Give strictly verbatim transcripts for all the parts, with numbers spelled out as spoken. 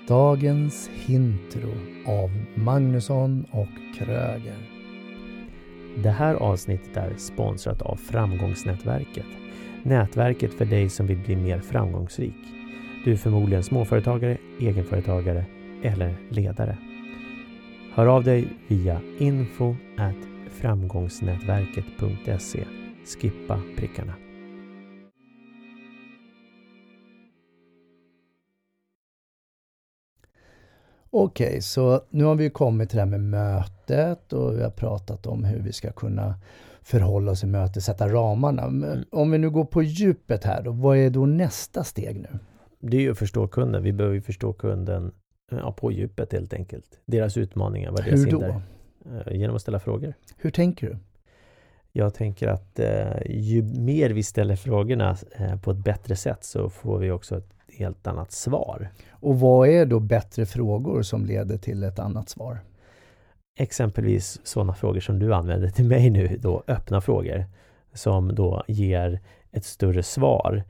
Dagens Hintro av Magnusson och Kröger. Det här avsnittet är sponsrat av Framgångsnätverket. Nätverket för dig som vill bli mer framgångsrik. Du är förmodligen småföretagare, egenföretagare eller ledare. Hör av dig via info at framgångsnätverket punkt se. Skippa prickarna. Okej, okay, så nu har vi kommit till det här med mötet och vi har pratat om hur vi ska kunna förhålla oss i mötet, sätta ramarna. Mm. Om vi nu går på djupet här då, vad är då nästa steg nu? Det är ju att förstå kunden. Vi behöver ju förstå kunden ja, på djupet helt enkelt. Deras utmaningar, vad deras Hur då? hinder. Genom att ställa frågor. Hur tänker du? Jag tänker att eh, ju mer vi ställer frågorna eh, på ett bättre sätt så får vi också ett helt annat svar. Och vad är då bättre frågor som leder till ett annat svar? Exempelvis sådana frågor som du använder till mig nu, då öppna frågor som då ger ett större svar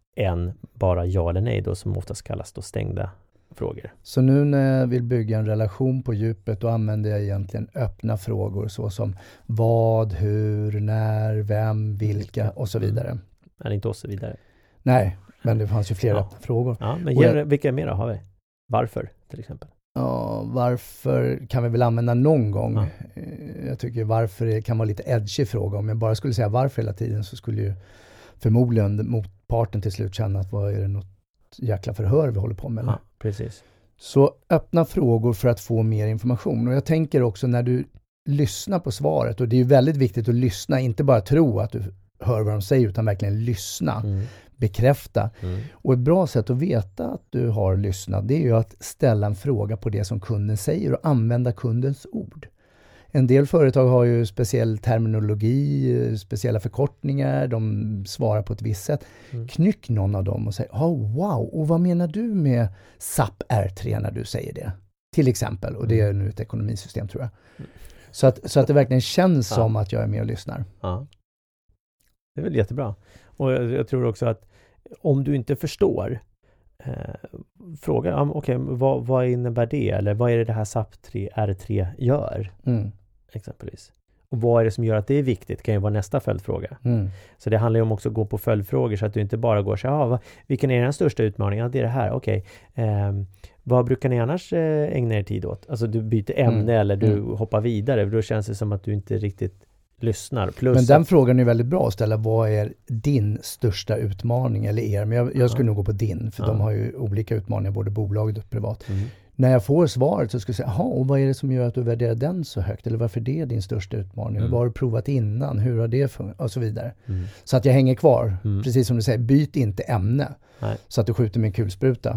än bara ja eller nej då, som oftast kallas då stängda frågor. Så nu när jag vill bygga en relation på djupet, då använder jag egentligen öppna frågor såsom vad, hur, när, vem, vilka och så vidare. Eller inte och så vidare. Nej, men det fanns ju flera ja. frågor. Ja, men ger, jag, vilka mer har vi? Varför till exempel? Ja, varför kan vi väl använda någon gång. Ja. Jag tycker varför det kan vara lite edgy fråga. Om jag bara skulle säga varför hela tiden så skulle ju förmodligen motparten till slut känna att vad är det något jäkla förhör vi håller på med. Ja, precis. Så öppna frågor för att få mer information. Och jag tänker också när du lyssnar på svaret, och det är ju väldigt viktigt att lyssna, inte bara tro att du hör vad de säger utan verkligen lyssna. Mm. Bekräfta. Mm. Och ett bra sätt att veta att du har lyssnat, det är ju att ställa en fråga på det som kunden säger och använda kundens ord. En del företag har ju speciell terminologi, speciella förkortningar, de svarar på ett visst sätt. Mm. Knyck någon av dem och säg, oh, wow, och vad menar du med S A P R tre när du säger det? Till exempel, och det är nu ett ekonomisystem tror jag. Mm. Så, att, så att det verkligen känns ja. som att jag är med och lyssnar. Ja. Det är väl jättebra. Och jag, jag tror också att om du inte förstår eh, fråga, um, okej, okay, vad, vad innebär det? Eller vad är det det här S A P R tre gör? Mm. Exempelvis. Och vad är det som gör att det är viktigt? Kan ju vara nästa följdfråga. Mm. Så det handlar ju om också att gå på följdfrågor så att du inte bara går så här, ah, vilken är den största utmaningen? Ja, det är det här, okej. Okay. Eh, vad brukar ni annars eh, ägna er tid åt? Alltså du byter ämne mm. eller du mm. hoppar vidare. Då känns det som att du inte riktigt lyssnar. Plus men den att, frågan är väldigt bra att ställa. Vad är din största utmaning eller er? Men jag, jag skulle ja. nog gå på din. För ja. de har ju olika utmaningar, både bolaget och privat. Mm. När jag får svaret så ska jag säga, jaha, och vad är det som gör att du värderar den så högt? Eller varför det är din största utmaning? Mm. Vad har du provat innan? Hur har det fungerat? Och så vidare. Mm. Så att jag hänger kvar. Mm. Precis som du säger, byt inte ämne. Nej. Så att du skjuter med en kulspruta.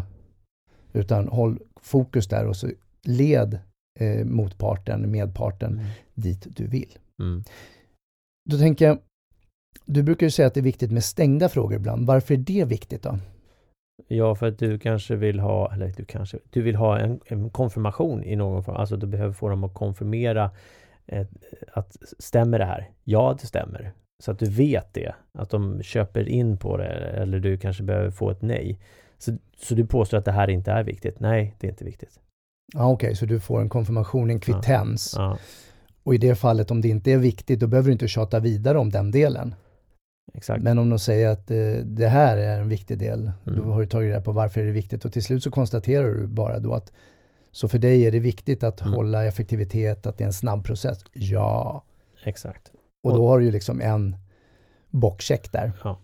Utan håll fokus där och så led eh, motparten, medparten mm. dit du vill. Mm. Då tänker jag, du brukar ju säga att det är viktigt med stängda frågor ibland. Varför är det viktigt då? Ja, för att du kanske vill ha, eller du kanske, du vill ha en, en konfirmation i någon form. Alltså du behöver få dem att konfirmera eh, att stämmer det här? Ja, det stämmer. Så att du vet det. Att de köper in på det. Eller du kanske behöver få ett nej. Så, så du påstår att det här inte är viktigt. Nej, det är inte viktigt. Ja, okej. Okay, så du får en konfirmation, en kvittens. Ja. Ja. Och i det fallet, om det inte är viktigt, då behöver du inte tjata vidare om den delen. Exakt. Men om de säger att eh, det här är en viktig del, mm. då har du tagit reda på varför är det viktigt. Och till slut så konstaterar du bara då att så för dig är det viktigt att mm. hålla effektivitet, att det är en snabb process. Ja. Exakt. Och, och då har du ju liksom en bockcheck där. Ja.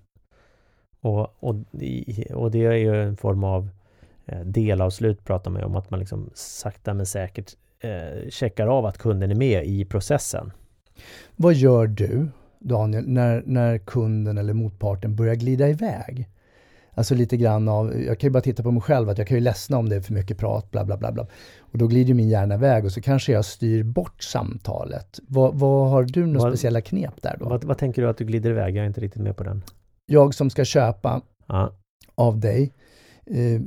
Och, och, och det är ju en form av eh, delavslut pratar man ju om, att man liksom sakta men säkert eh, checkar av att kunden är med i processen. Vad gör du, Daniel, när, när kunden eller motparten börjar glida iväg? Alltså lite grann av, jag kan ju bara titta på mig själv, att jag kan ju ledsna om det är för mycket prat, bla bla bla bla. Och då glider min hjärna iväg och så kanske jag styr bort samtalet. Vad, vad har du några vad, speciella knep där då? Vad, vad tänker du att du glider iväg? Jag är inte riktigt med på den. Jag som ska köpa ja. av dig eh,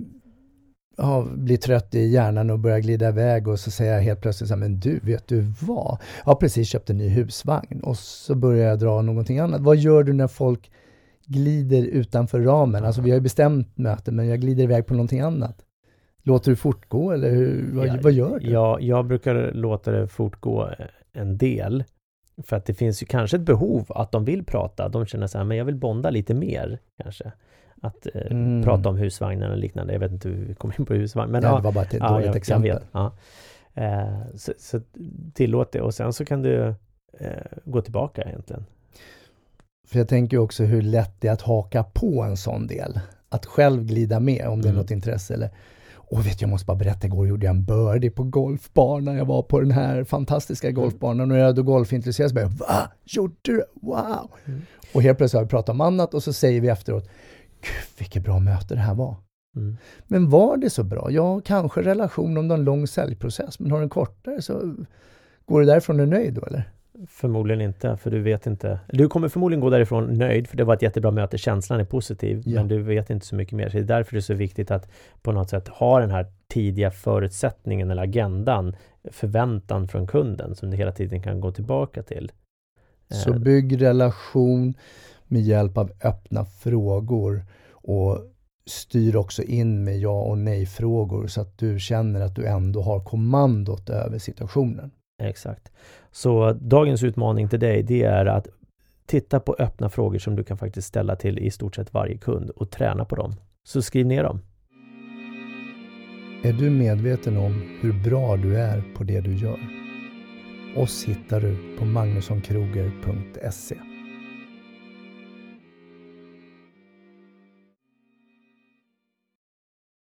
ja, blir trött i hjärnan och börjar glida iväg och så säger jag helt plötsligt så här, men du, vet du vad? Jag har precis köpt en ny husvagn och så börjar jag dra någonting annat. Vad gör du när folk glider utanför ramen? Alltså vi har ju bestämt möte, men jag glider iväg på någonting annat. Låter du fortgå eller hur, vad, ja, vad gör du? Ja, jag brukar låta det fortgå en del. För att det finns ju kanske ett behov att de vill prata. De känner så här, men jag vill bonda lite mer kanske. Att eh, mm. prata om husvagnen eller liknande. Jag vet inte hur vi kommer in på husvagn. Men, ja, ja, det var bara ett ja, dåligt jag, exempel. Jag vet, ja. eh, så, så tillåt det. Och sen så kan du eh, gå tillbaka egentligen. För jag tänker också hur lätt det är att haka på en sån del. Att själv glida med om det är mm. något intresse. Eller, åh vet jag måste bara berätta, igår gjorde jag en birdie på golfbanan. Jag var på den här fantastiska golfbanan och jag är då golfintresserad så bara, va? Gjorde du? Wow! Mm. Och helt plötsligt har vi pratat om annat och så säger vi efteråt, gud vilket bra möte det här var. Mm. Men var det så bra? Ja, kanske relation om en lång säljprocess, men har den kortare så går du därifrån och är nöjd då eller? Förmodligen inte, för du vet inte. Du kommer förmodligen gå därifrån nöjd, för det var ett jättebra möte. Känslan är positiv, ja. Men du vet inte så mycket mer. Så det är därför det är så viktigt att på något sätt ha den här tidiga förutsättningen eller agendan, förväntan från kunden som du hela tiden kan gå tillbaka till. Så bygg relation med hjälp av öppna frågor och styr också in med ja och nej frågor så att du känner att du ändå har kommandot över situationen. Exakt. Så dagens utmaning till dig, det är att titta på öppna frågor som du kan faktiskt ställa till i stort sett varje kund och träna på dem. Så skriv ner dem. Är du medveten om hur bra du är på det du gör? Oss hittar du på magnussonkroger punkt se.